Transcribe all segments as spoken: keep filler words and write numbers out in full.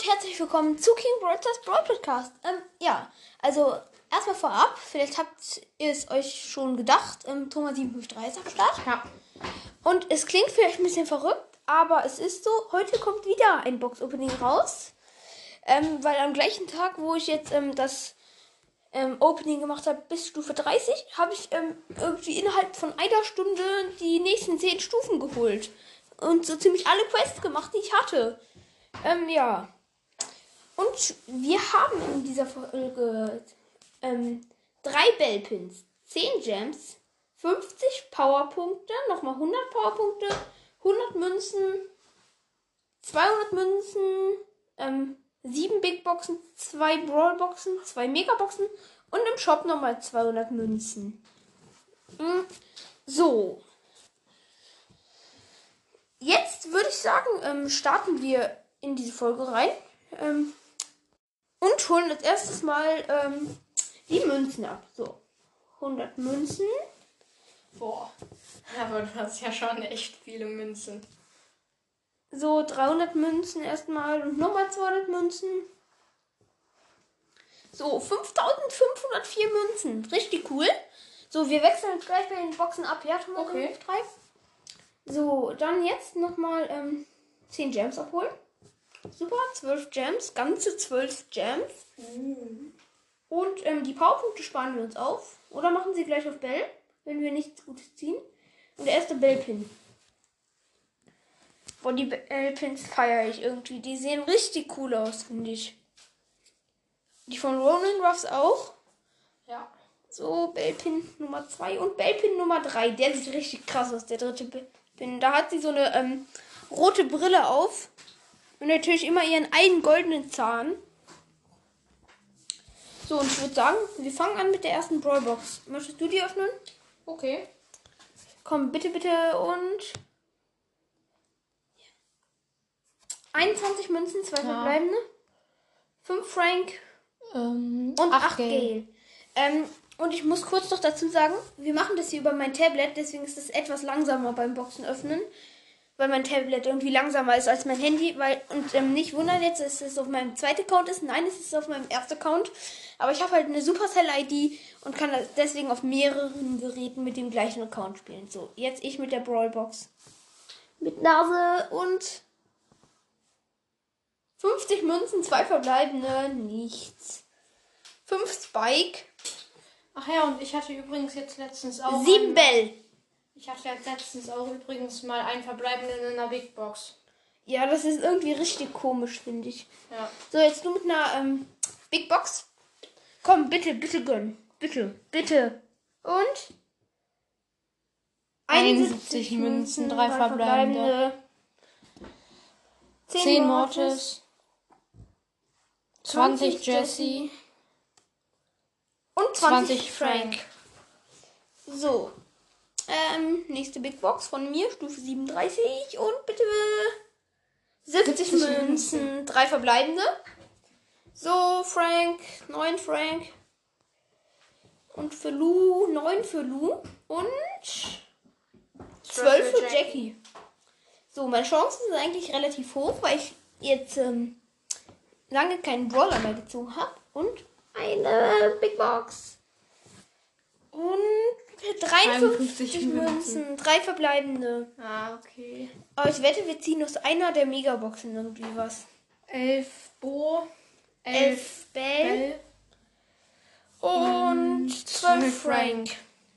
und herzlich willkommen zu King Broadcast Broad Podcast. Ähm, ja, also erstmal vorab, vielleicht habt ihr es euch schon gedacht, ähm, Thomas sieben fünf drei ist am Start. Ja. Und es klingt vielleicht ein bisschen verrückt, aber es ist so, heute kommt wieder ein Box-Opening raus. Ähm, weil am gleichen Tag, wo ich jetzt ähm, das ähm, Opening gemacht habe bis Stufe dreißig, habe ich ähm, irgendwie innerhalb von einer Stunde die nächsten zehn Stufen geholt. Und so ziemlich alle Quests gemacht, die ich hatte. Ähm, ja. Und wir haben in dieser Folge ähm, drei Bellpins, zehn Gems, fünfzig Powerpunkte, nochmal hundert Powerpunkte, hundert Münzen, zweihundert Münzen, ähm, sieben Big Boxen, zwei Brawl Boxen, zwei Megaboxen und im Shop nochmal zweihundert Münzen. Mhm. So. Jetzt würde ich sagen, ähm, starten wir in diese Folge rein. Ähm, und holen als erstes mal ähm, die Münzen ab. So, hundert Münzen. Boah. Aber du hast ja schon echt viele Münzen. So, dreihundert Münzen erstmal und nochmal zweihundert Münzen. So, fünftausendfünfhundertvier Münzen. Richtig cool. So, wir wechseln gleich bei den Boxen ab. Ja, Thomas? Okay. drei. So, dann jetzt nochmal ähm, zehn Gems abholen. Super, zwölf Gems, ganze zwölf Gems. Mhm. Und ähm, die Powerpunkte sparen wir uns auf. Oder machen sie gleich auf Bell, wenn wir nichts Gutes ziehen. Und der erste Bellpin. Boah, die Bellpins feiere ich irgendwie. Die sehen richtig cool aus, finde ich. Die von Ronin Ruffs auch. Ja. So, Bellpin Nummer zwei und Bellpin Nummer drei. Der sieht richtig krass aus, der dritte Bellpin. Da hat sie so eine ähm, rote Brille auf. Und natürlich immer ihren einen goldenen Zahn. So, und ich würde sagen, wir fangen an mit der ersten Brawlbox. Möchtest du die öffnen? Okay. Komm, bitte, bitte und... einundzwanzig Münzen, zwei Ja. verbleibende. fünf Frank Ähm, und acht Gale. Gale. Ähm, und ich muss kurz noch dazu sagen, wir machen das hier über mein Tablet, deswegen ist es etwas langsamer beim Boxen öffnen. Weil mein Tablet irgendwie langsamer ist als mein Handy. Weil, und ähm, nicht wundern jetzt, dass es auf meinem zweiten Account ist. Nein, es ist auf meinem ersten Account. Aber ich habe halt eine Supercell-I D und kann das deswegen auf mehreren Geräten mit dem gleichen Account spielen. So, jetzt ich mit der Brawlbox. Mit Nase und fünfzig Münzen, zwei verbleibende, nichts. fünf Spike, Ach ja, und ich hatte übrigens jetzt letztens auch... sieben einen- Bell. Ich hatte jetzt letztens auch übrigens mal einen verbleibenden in einer Big Box. Ja, das ist irgendwie richtig komisch, finde ich. Ja. So, jetzt du mit einer ähm, Big Box. Komm, bitte, bitte gönn. Bitte, bitte. Und? einundsiebzig Münzen, drei verbleibende. zehn Mortis. zwanzig Jessie. Und zwanzig zwanzig Frank. So. Ähm, nächste Big Box von mir, Stufe siebenunddreißig. Und bitte siebzig Münzen, drei verbleibende. So, Frank, neun Frank. Und für Lou, neun für Lou. Und zwölf für Jackie. So, meine Chancen sind eigentlich relativ hoch, weil ich jetzt ähm, lange keinen Brawler mehr gezogen habe. Und eine Big Box. Und dreiundfünfzig dreiundfünfzig Münzen, drei verbleibende. Ah, okay. Aber ich wette, wir ziehen aus einer der Megaboxen irgendwie was. elf Bo. elf Bell. Bell. Und zwölf zwölf Frank.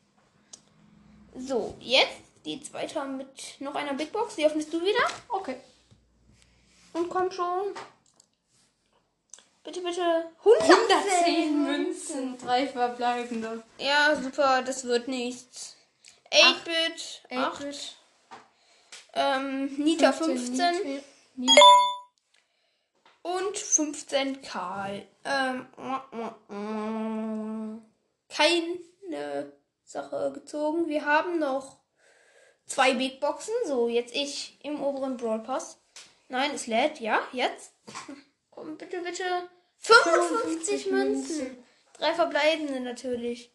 So, jetzt die zweite mit noch einer Big Box. Die öffnest du wieder. Okay. Und komm schon. Bitte, bitte. hundertzehn Münzen, drei verbleibende. Ja, super, das wird nichts. acht Bit, acht. acht. Ähm, Nita fünfzehn. fünfzehn. Und fünfzehn Karl. Ähm, keine Sache gezogen. Wir haben noch zwei Big Boxen. So, jetzt ich im oberen Brawl Pass. Nein, es lädt. Ja, jetzt. Komm, bitte, bitte. fünfundfünfzig Münzen. Drei verbleibende natürlich.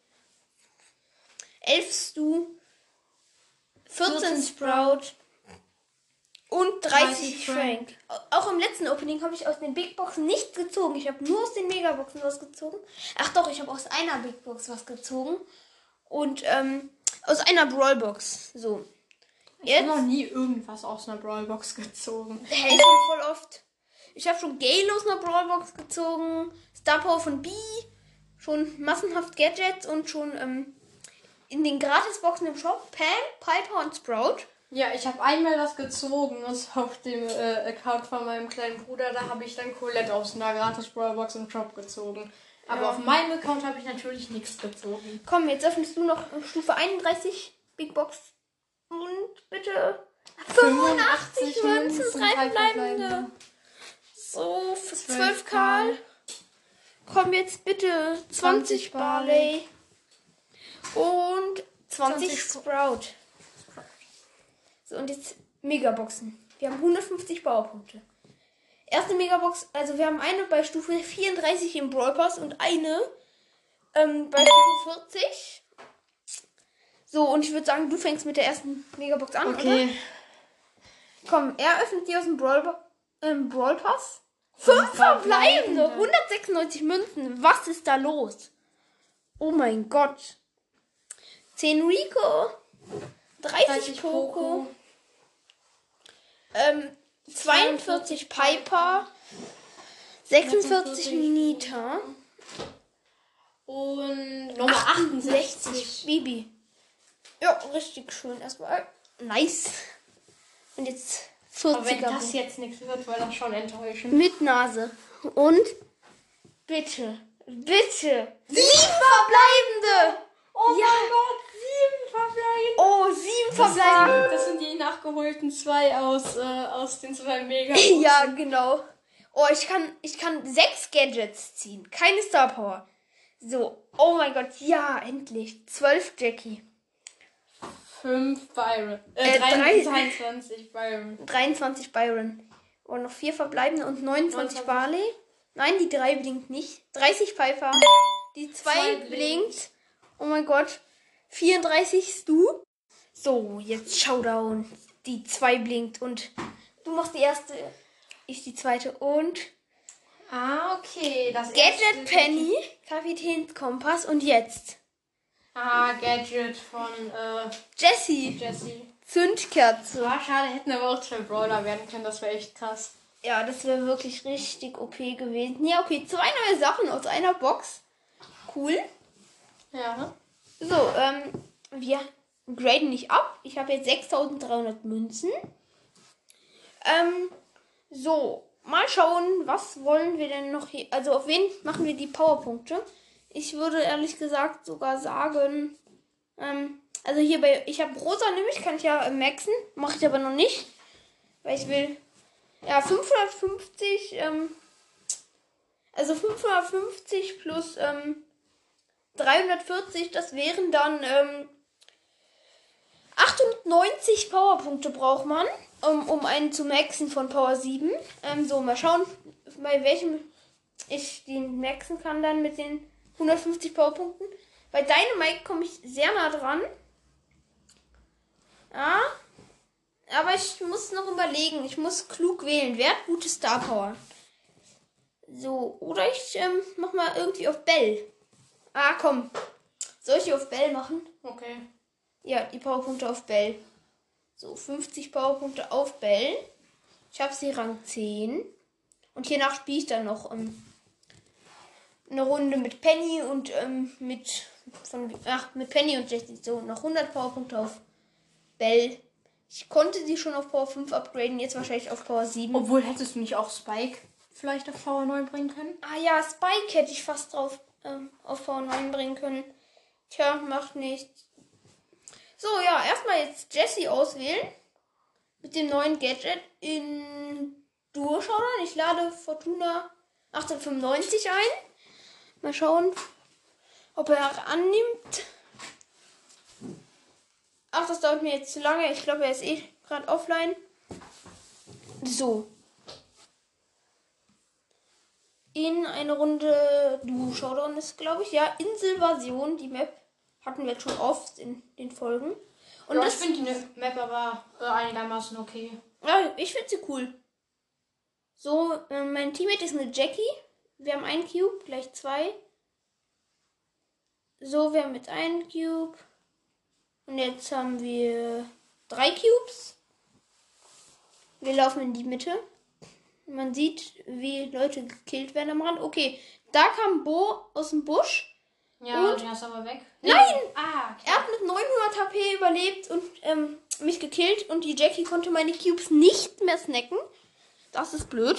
elf Stu. vierzehn Sprout. Und dreißig dreißig Frank. Auch im letzten Opening habe ich aus den Big Boxen nichts gezogen. Ich habe nur aus den Megaboxen was gezogen. Ach doch, ich habe aus einer Big Box was gezogen. Und ähm, aus einer Brawlbox. So. Ich habe noch nie irgendwas aus einer Brawlbox gezogen. Hey, schon voll oft. Ich habe schon Gale aus einer Brawlbox gezogen. Star Power von B. Schon massenhaft Gadgets und schon ähm, in den Gratisboxen im Shop Pam, Piper und Sprout. Ja, ich habe einmal was gezogen aus auf dem äh, Account von meinem kleinen Bruder. Da habe ich dann Colette aus einer Gratis-Brawlbox im Shop gezogen. Aber Ja. auf meinem Account habe ich natürlich nichts gezogen. Komm, jetzt öffnest du noch Stufe einunddreißig Big Box. Und bitte fünfundachtzig Münzen, drei verbleibende. So, für zwölf Karl. Komm jetzt bitte zwanzig Barley. Und zwanzig Sprout. So, und jetzt Megaboxen. Wir haben hundertfünfzig Powerpunkte. Erste Megabox, also wir haben eine bei Stufe vierunddreißig im Brawl Pass und eine ähm, bei Stufe vierzig. So, und ich würde sagen, du fängst mit der ersten Megabox an, Okay. oder? Komm, er öffnet die aus dem Brawl, ähm, Brawl Pass. Fünf verbleibende, hundertsechsundneunzig Münzen. Was ist da los? Oh mein Gott. zehn Rico. dreißig Poco. Ähm, zweiundvierzig Piper. sechsundvierzig Nita. Und Nummer achtundsechzig. Bibi. Ja, richtig schön erstmal. Nice. Und jetzt Aber wenn vierziger. das jetzt nichts wird, war das schon enttäuschend. Mit Nase. Und bitte, bitte. Sieben verbleibende. Oh Ja. mein Gott, sieben verbleiben. Oh, sieben verbleibende. Das sind die nachgeholten zwei aus, äh, aus den zwei Mega. Ja, genau. Oh, ich kann, ich kann sechs Gadgets ziehen. Keine Star Power. So, oh mein Gott, ja, endlich. Zwölf Jackie. fünf Byron. Äh, Äh, drei- dreiundzwanzig Byron. dreiundzwanzig Byron. Und noch vier verbleibende und neunundzwanzig neunundzwanzig. Barley. Nein, die drei blinkt nicht. dreißig Piper. Die zwei Zwei blinkt. blinkt. Oh mein Gott. vierunddreißig Stu. So, jetzt Showdown. Die zwei blinkt und du machst die erste, ich die zweite und Ah, okay. Das Gadget erste- Penny, Kapitänskompass und jetzt Ah, Gadget von äh, Jessie, Jessie. Zündkerze. War schade, hätten aber auch zwei Brawler werden können. Das wäre echt krass. Ja, das wäre wirklich richtig O P gewesen. Ja, okay, zwei neue Sachen aus einer Box. Cool. Ja. So, ähm, wir graden nicht ab. Ich habe jetzt sechstausenddreihundert Münzen. Ähm, so, mal schauen, was wollen wir denn noch hier? Also auf wen machen wir die Powerpunkte? Ich würde ehrlich gesagt sogar sagen, ähm, also hier bei, ich habe Rosa nämlich, kann ich ja äh, maxen, mache ich aber noch nicht, weil ich will, ja, fünfhundertfünfzig, ähm, also fünfhundertfünfzig plus, ähm, dreihundertvierzig, das wären dann, ähm, achtundneunzig Powerpunkte braucht man, um, um einen zu maxen von Power sieben. Ähm, so, mal schauen, bei welchem ich den maxen kann dann mit den hundertfünfzig Powerpunkten. Bei Dynamite komme ich sehr nah dran. Ja, aber ich muss noch überlegen. Ich muss klug wählen. Wer hat gute Star Power? So, oder ich ähm, mach mal irgendwie auf Bell. Ah, komm. Soll ich die auf Bell machen? Okay. Ja, die Powerpunkte auf Bell. So, fünfzig Powerpunkte auf Bell. Ich habe sie Rang zehn. Und hiernach spiele ich dann noch ähm, eine Runde mit Penny und ähm, mit von ach, mit Penny und Jessie. So, noch hundert Powerpunkte auf Bell. Ich konnte sie schon auf Power fünf upgraden, jetzt wahrscheinlich auf Power sieben. Obwohl, hättest du nicht auch Spike vielleicht auf Power neun bringen können? Ah ja, Spike hätte ich fast drauf ähm, auf Power neun bringen können. Tja, macht nichts. So, ja, erstmal jetzt Jessie auswählen. Mit dem neuen Gadget in Duo Showdown. Ich lade Fortuna achtzehnhundertfünfundneunzig ein. Mal schauen, ob er annimmt. Ach, das dauert mir jetzt zu lange. Ich glaube, er ist eh gerade offline. So. In eine Runde Duo Showdown ist, glaube ich, ja, Inselversion. Die Map hatten wir schon oft in den Folgen. Und Ja, das ich finde die Map aber äh, einigermaßen okay. Ja, ich finde sie cool. So, äh, mein Teammate ist eine Jackie. Wir haben einen Cube, gleich zwei. So, wir haben jetzt einen Cube. Und jetzt haben wir drei Cubes. Wir laufen in die Mitte. Man sieht, wie Leute gekillt werden am Rand. Okay, da kam Bo aus dem Busch. Ja, und der ist aber weg. Nein! Ah, okay. Er hat mit neunhundert H P überlebt und ähm, mich gekillt. Und die Jackie konnte meine Cubes nicht mehr snacken. Das ist blöd.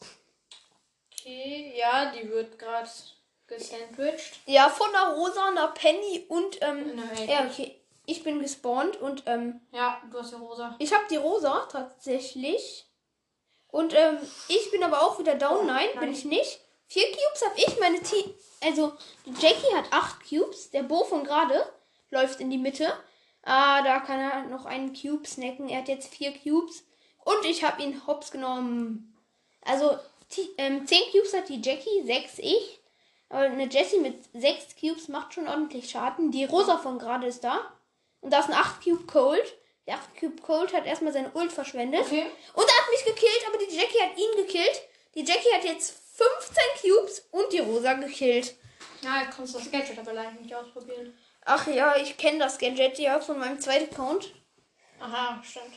Okay, ja, die wird gerade gesandwiched. Ja, von einer Rosa, einer Penny und ähm, Nein. ja, okay. Ich bin gespawnt und ähm, Ja, du hast die Rosa. ich habe die Rosa tatsächlich. Und ähm, ich bin aber auch wieder down. Oh, nein, nein. bin ich nicht. Vier Cubes habe ich. Meine Team. Also, die Jackie hat acht Cubes. Der Bo von gerade läuft in die Mitte. Ah, da kann er noch einen Cube snacken. Er hat jetzt vier Cubes. Und ich habe ihn hops genommen. Also, die, ähm, zehn Cubes hat die Jackie, sechs ich. Aber eine Jessie mit sechs Cubes macht schon ordentlich Schaden. Die Rosa von gerade ist da. Und da ist ein acht Cube Cold. Der acht Cube Cold hat erstmal seine Ult verschwendet. Okay. Und er hat mich gekillt, aber die Jackie hat ihn gekillt. Die Jackie hat jetzt fünfzehn Cubes und die Rosa gekillt. Ja, jetzt kannst du das Gadget aber leider nicht ausprobieren. Ach ja, ich kenne das Gadget ja von meinem zweiten Account. Aha, stimmt.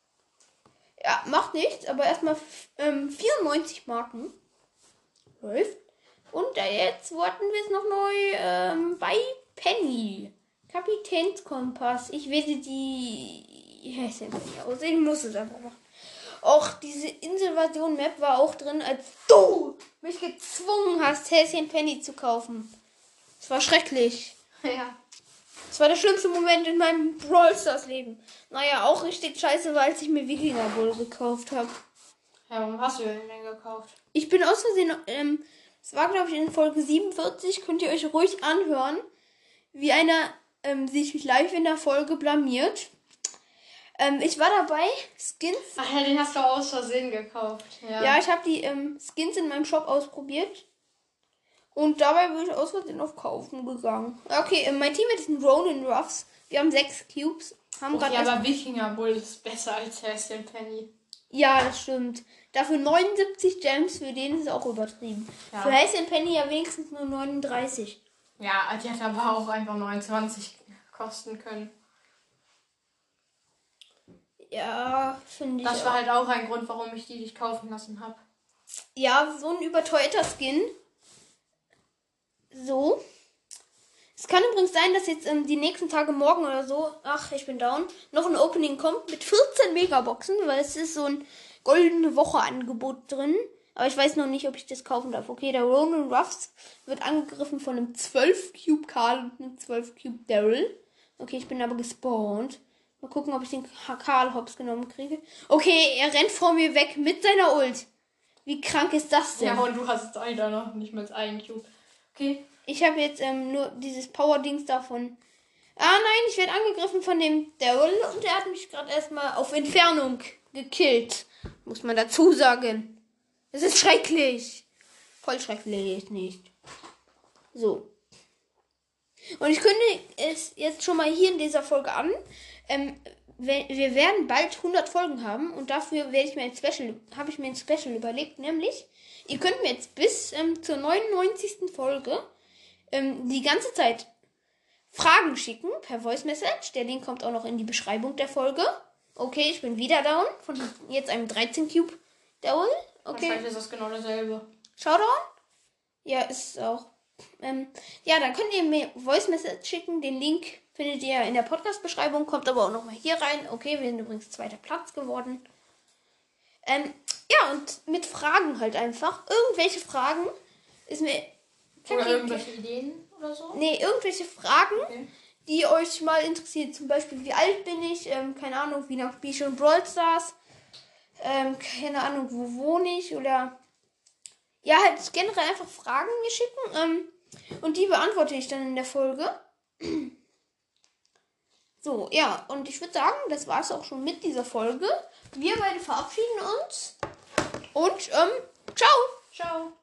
Ja, macht nichts, aber erstmal ähm, vierundneunzig Marken. Läuft. Und da jetzt warten wir es noch neu ähm, bei Penny. Kapitänskompass. Ich werde die. Ja, ist ja nicht aus. Ich muss es einfach machen. Och, diese Inselversion-Map war auch drin, als du mich gezwungen hast, Häschen Penny zu kaufen. Es war schrecklich. Ja. Es war der schlimmste Moment in meinem Brawl Stars Leben. Naja, auch richtig scheiße war, als ich mir Wikinger Bull gekauft habe. Ja, warum hast du den denn gekauft? Ich bin aus Versehen, ähm, es war glaube ich in Folge siebenundvierzig, könnt ihr euch ruhig anhören, wie einer ähm, sich live in der Folge blamiert. Ähm, ich war dabei, Skins. Ach ja, den hast du aus Versehen gekauft. Ja, Ja, ich habe die ähm, Skins in meinem Shop ausprobiert. Und dabei bin ich aus Versehen auf Kaufen gegangen. Okay, ähm, mein Team ist ein Ronin Ruffs. Wir haben sechs Cubes. Haben okay, grad aber Wikinger Bull ist besser als Häschen Penny. Ja, das stimmt. Dafür neunundsiebzig Gems, für den ist auch übertrieben. Ja. Für Häschen Penny ja wenigstens nur neununddreißig. Ja, die hat aber auch einfach neunundzwanzig kosten können. Ja, finde ich Das auch. war halt auch ein Grund, warum ich die nicht kaufen lassen habe. Ja, so ein überteuerter Skin. So. Es kann übrigens sein, dass jetzt ähm, die nächsten Tage, morgen oder so, ach, ich bin down, noch ein Opening kommt mit vierzehn Megaboxen, weil es ist so ein goldene Woche-Angebot drin. Aber ich weiß noch nicht, ob ich das kaufen darf. Okay, der Ronin Ruffs wird angegriffen von einem zwölf Cube Karl und einem zwölf Cube Daryl. Okay, ich bin aber gespawnt. Mal gucken, ob ich den Karl Hops genommen kriege. Okay, er rennt vor mir weg mit seiner Ult. Wie krank ist das denn? Ja, und du hast leider noch nicht mal einen Cube. Okay. Ich habe jetzt ähm, nur dieses Power-Dings davon. Ah nein, ich werde angegriffen von dem Daryl und der hat mich gerade erstmal auf Entfernung gekillt. Muss man dazu sagen. Es ist schrecklich. Voll schrecklich nicht. So. Und ich kündige es jetzt schon mal hier in dieser Folge an. Ähm, wir wir werden bald hundert Folgen haben und dafür werde ich mir ein Special, habe ich mir ein Special überlegt, nämlich ihr könnt mir jetzt bis ähm, zur neunundneunzigsten Folge ähm, die ganze Zeit Fragen schicken per Voice Message. Der Link kommt auch noch in die Beschreibung der Folge. Okay, ich bin wieder down von jetzt einem dreizehn Cube Down. Okay. Wahrscheinlich ist das genau dasselbe. Showdown? Ja, ist es auch. Ähm, ja, dann könnt ihr mir Voice Message schicken. Den Link findet ihr in der Podcast-Beschreibung. Kommt aber auch nochmal hier rein. Okay, wir sind übrigens zweiter Platz geworden. Ähm, ja, und mit Fragen halt einfach. Irgendwelche Fragen. Ist mir... Oder irgendwelche Ideen oder so? Nee, irgendwelche Fragen, Okay. die euch mal interessieren. Zum Beispiel, wie alt bin ich? Ähm, keine Ahnung, wie lange bin ich schon Brawl Stars? Ähm, keine Ahnung, wo wohne ich? Oder... Ja, halt generell einfach Fragen mir schicken. Ähm, und die beantworte ich dann in der Folge. So, ja. Und ich würde sagen, das war es auch schon mit dieser Folge. Wir beide verabschieden uns. Und, ähm, ciao. Ciao.